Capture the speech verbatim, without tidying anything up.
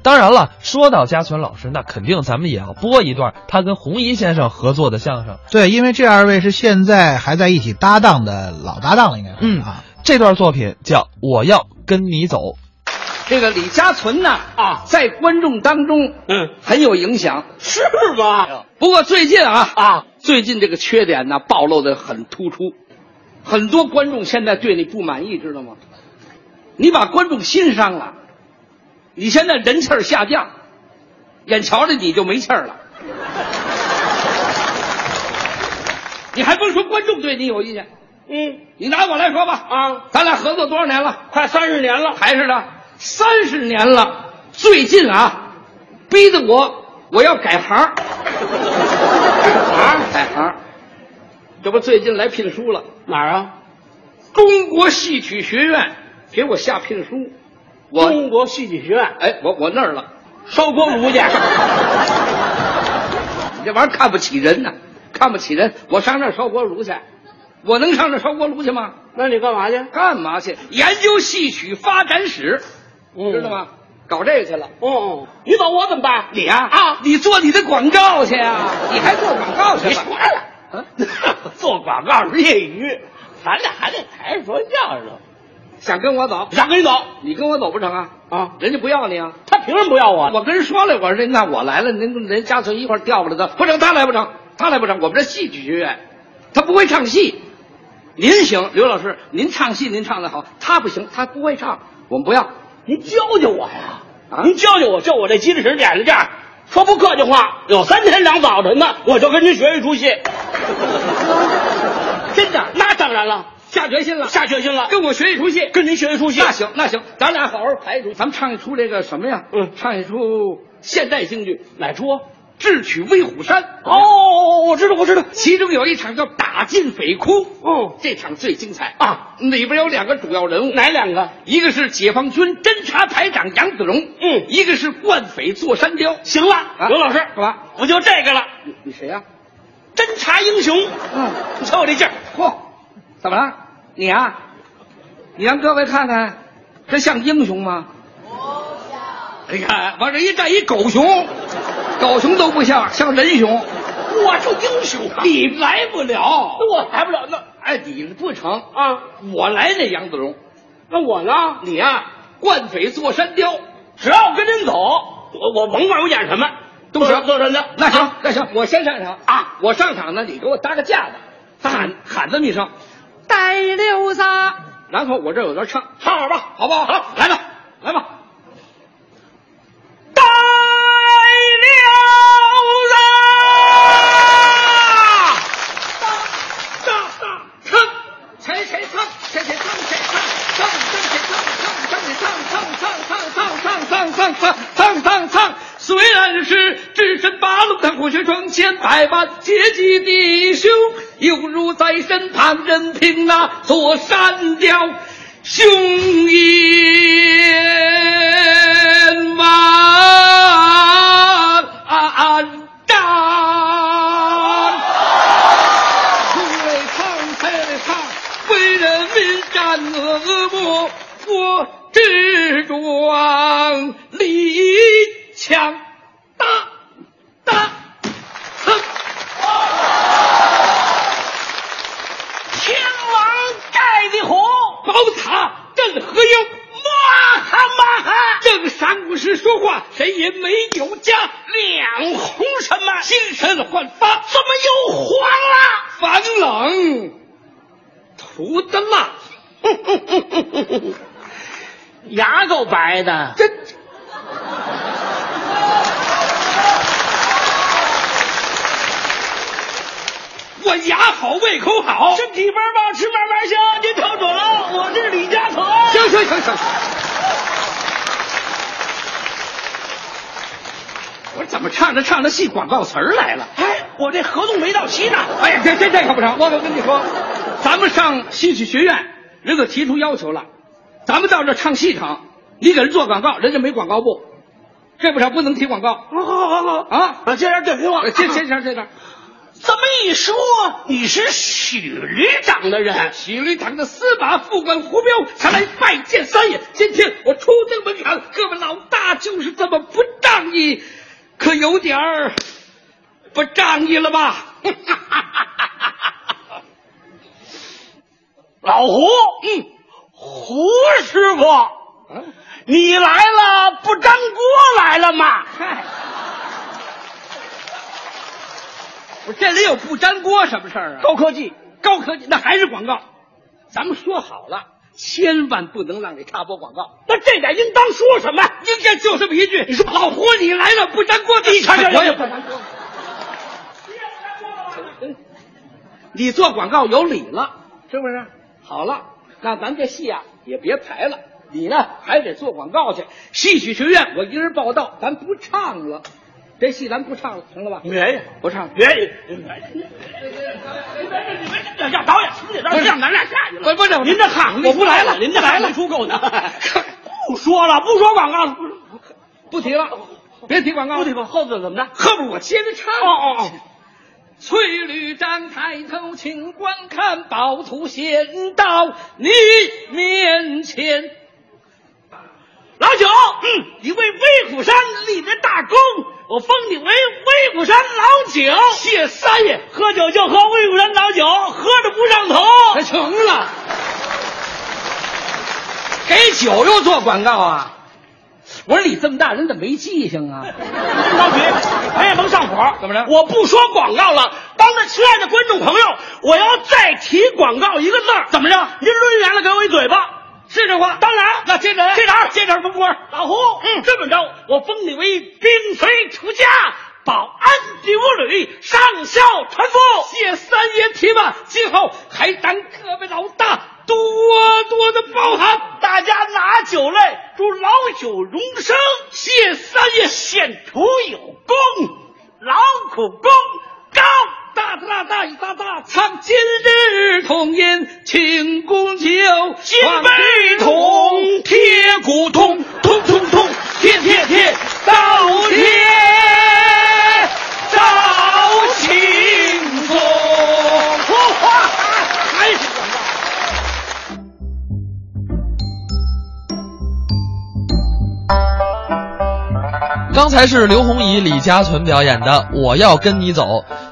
当然了，说到家全老师，那肯定咱们也要播一段他跟红衣先生合作的相声。 对，因为这二位是现在还在一起搭档的老搭档了，应该是。 嗯啊， 这段作品叫《我要跟你走》。 这个李家存呐啊，在观众当中嗯很有影响， 是吗？ 不过最近啊啊， 最近这个缺点呢暴露的很突出，很多观众现在对你不满意，知道吗？你把观众心伤了，你现在人气儿下降，眼瞧着你就没气儿了。你还甭说观众对你有意见， 嗯， 你拿我来说吧啊， 咱俩合作多少年了？ 快三十年了， 还是的，三十年了。最近啊，逼得我我要改行，改行改行。这不最近来聘书了， 哪儿啊？ 中国戏曲学院给我下聘书，我中国戏曲学院。 哎，我我那儿了， 烧锅炉去。 你这玩意儿看不起人呐、啊，看不起人。我上那儿烧锅炉去，我能上那儿烧锅炉去吗？ 那你干嘛去？ 干嘛去？研究戏曲发展史， 嗯、 知道吗？搞这个去了。 哦，你走我怎么办？ 你呀啊, 啊， 你做你的广告去啊！你还做广告去了？ 你说了，啊、做广告是业余，咱俩还得台上说相声。 想跟我走？ 想跟你走， 你跟我走不成啊？ 啊， 人家不要你啊！ 他凭什么不要我？ 我跟人说了，我说那我来了，您跟人家存一块调过来的，不成，他来不成，他来不成。我们这戏曲学院，他不会唱戏。您行，刘老师，您唱戏您唱得好，他不行，他不会唱，我们不要。 您教教我呀！ 啊， 您教教我，就我这鸡翅点的这样，说不客气话，有三天两早晨的，我就跟您学一出戏。 真的？ 那当然了。 下决心了， 下决心了， 跟我学一出戏， 跟您学一出戏。 那行，那行，咱俩好好排一出，咱们唱一出这个什么呀？ 嗯， 唱一出现代京剧， 哪出？ 智取威虎山。 哦，我知道，我知道， 其中有一场叫打进匪窟。 哦， 这场最精彩啊！ 里边有两个主要人物， 哪两个？ 一个是解放军侦察排长杨子荣， 嗯， 一个是惯匪坐山雕。 行了， 啊、 刘老师， 干嘛？ 我就这个了。 你你谁呀、啊？ 侦察英雄。 嗯， 你瞧我这劲儿， 嚯，怎么了？你啊，你让各位看看，这像英雄吗？不像。你看，往这一站，一狗熊，狗熊都不像，像人熊。 我就英雄、啊， 你来不了， 我来不了。那哎，你不成啊？ 我来那杨子荣， 那我呢？ 你啊，惯匪坐山雕， 只要我跟您走，我我甭管我演什么都行。 坐山雕， 那行、 啊、 那行，我先上场啊！ 我上场呢，你给我搭个架子，喊、嗯、喊这么一声。带溜撒，然后我这有段唱， 唱好吧， 好不好？ 好， 来吧，来吧。 带溜撒， 大大唱，谁谁唱，谁谁唱，谁唱，唱唱谁唱，唱谁唱，唱唱唱唱唱唱唱唱唱唱。虽然是只身八路探虎穴闯前百万阶级弟兄，犹如在身旁任凭那座山雕雄鹰万丈。谁来唱谁来唱，为人民战恶魔，我志壮力强大大哼， 天王盖地虎， 宝塔镇河妖， 马哈马哈， 正三五时说话，谁也没有家， 两红什么？ 精神焕发， 怎么又黄了？ 反冷涂的蜡， 牙够白的， 这。我牙好，胃口好， 身体倍儿棒，吃嘛嘛香。您瞅准了，我这是李家屯。 行行行行，我说怎么唱着唱着戏广告词儿来了？ 哎，我这合同没到期呢。 哎呀，这这这可不成！我可跟你说，咱们上戏曲学院，人可提出要求了，咱们到这唱戏场，你给人做广告，人家没广告部，这不成，不能提广告。 好好好好啊！ 啊，接着对听我， 接接着接着。 这么一说，你是许旅长的人。 许旅长的司马副官胡彪前来拜见三爷。今天我出登门槛，各位老大就是这么不仗义，可有点儿不仗义了吧？ 老胡，嗯，胡师傅，嗯，你来了，不粘锅来了吗？ 嗨。不是，这里有不粘锅什么事儿啊？ 高科技， 高科技，那还是广告。咱们说好了，千万不能让你插播广告。 那这点应当说什么？ 应该就这么一句：你说老胡，你来了，不粘锅， 你瞧瞧， 我也不粘锅。你做广告有理了，是不是？好了，那咱这戏啊也别排了，你呢还得做广告去。戏曲学院我一人报道，咱不唱了。这戏咱不唱了，行了吧？ 原因不唱， 原因。让导演出去，让让咱俩下去了。 不不是， 您这行我不来了， 您这来了， 没出够呢。不说了，不说广告了， 不提了，别提广告， 不提吧。后头怎么着？ 后边我接着唱。 哦哦哦。 翠旅长抬头请观看，宝图献到你面前。 老九，嗯，你为威虎山立的大功，我封你为威虎山老九。 谢三爷， 喝酒就喝威虎山老酒，喝着不上头。 还成了，给酒又做广告啊！我说你这么大人怎么没记性啊？ 老许，咱也甭上火。 怎么着？ 我不说广告了，当着亲爱的观众朋友，我要再提广告一个字儿。 怎么着？ 您抡圆了给我一嘴巴。 是这话？ 当然。 那接着接着接着甭官。 老胡，嗯，这么着，我封你为兵随出家，保安第五旅上校团副。 谢三爷提拔，今后还咱各位老大多多的包涵。 大家拿酒来，祝老九荣升。 谢三爷， 献土有功，劳苦功高。 大大大一大大唱今日同饮庆功酒， 金杯铜，铁骨铜，铜铜铜，铁铁铁，到铁到庆功。 还是广告。 刚才是刘洪怡、李嘉存表演的《我要跟你走》。